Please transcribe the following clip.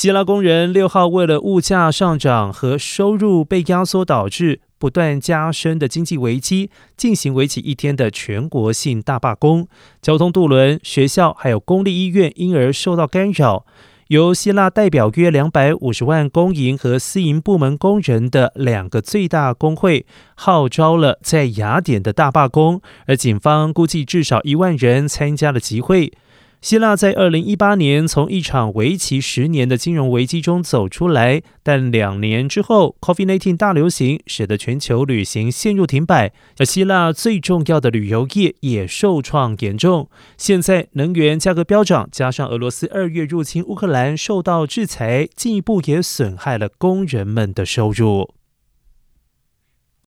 希腊工人6号为了物价上涨和收入被压缩导致不断加深的经济危机，进行为期1天的全国性大罢工，交通渡轮、学校还有公立医院因而受到干扰。由希腊代表约250万公营和私营部门工人的2个最大工会号召了在雅典的大罢工，而警方估计至少1万人参加了集会。希腊在2018年从一场为期10年的金融危机中走出来，但2年之后 COVID-19 大流行使得全球旅行陷入停摆，而希腊最重要的旅游业也受创严重。现在能源价格飙涨，加上俄罗斯2月入侵乌克兰受到制裁，进一步也损害了工人们的收入。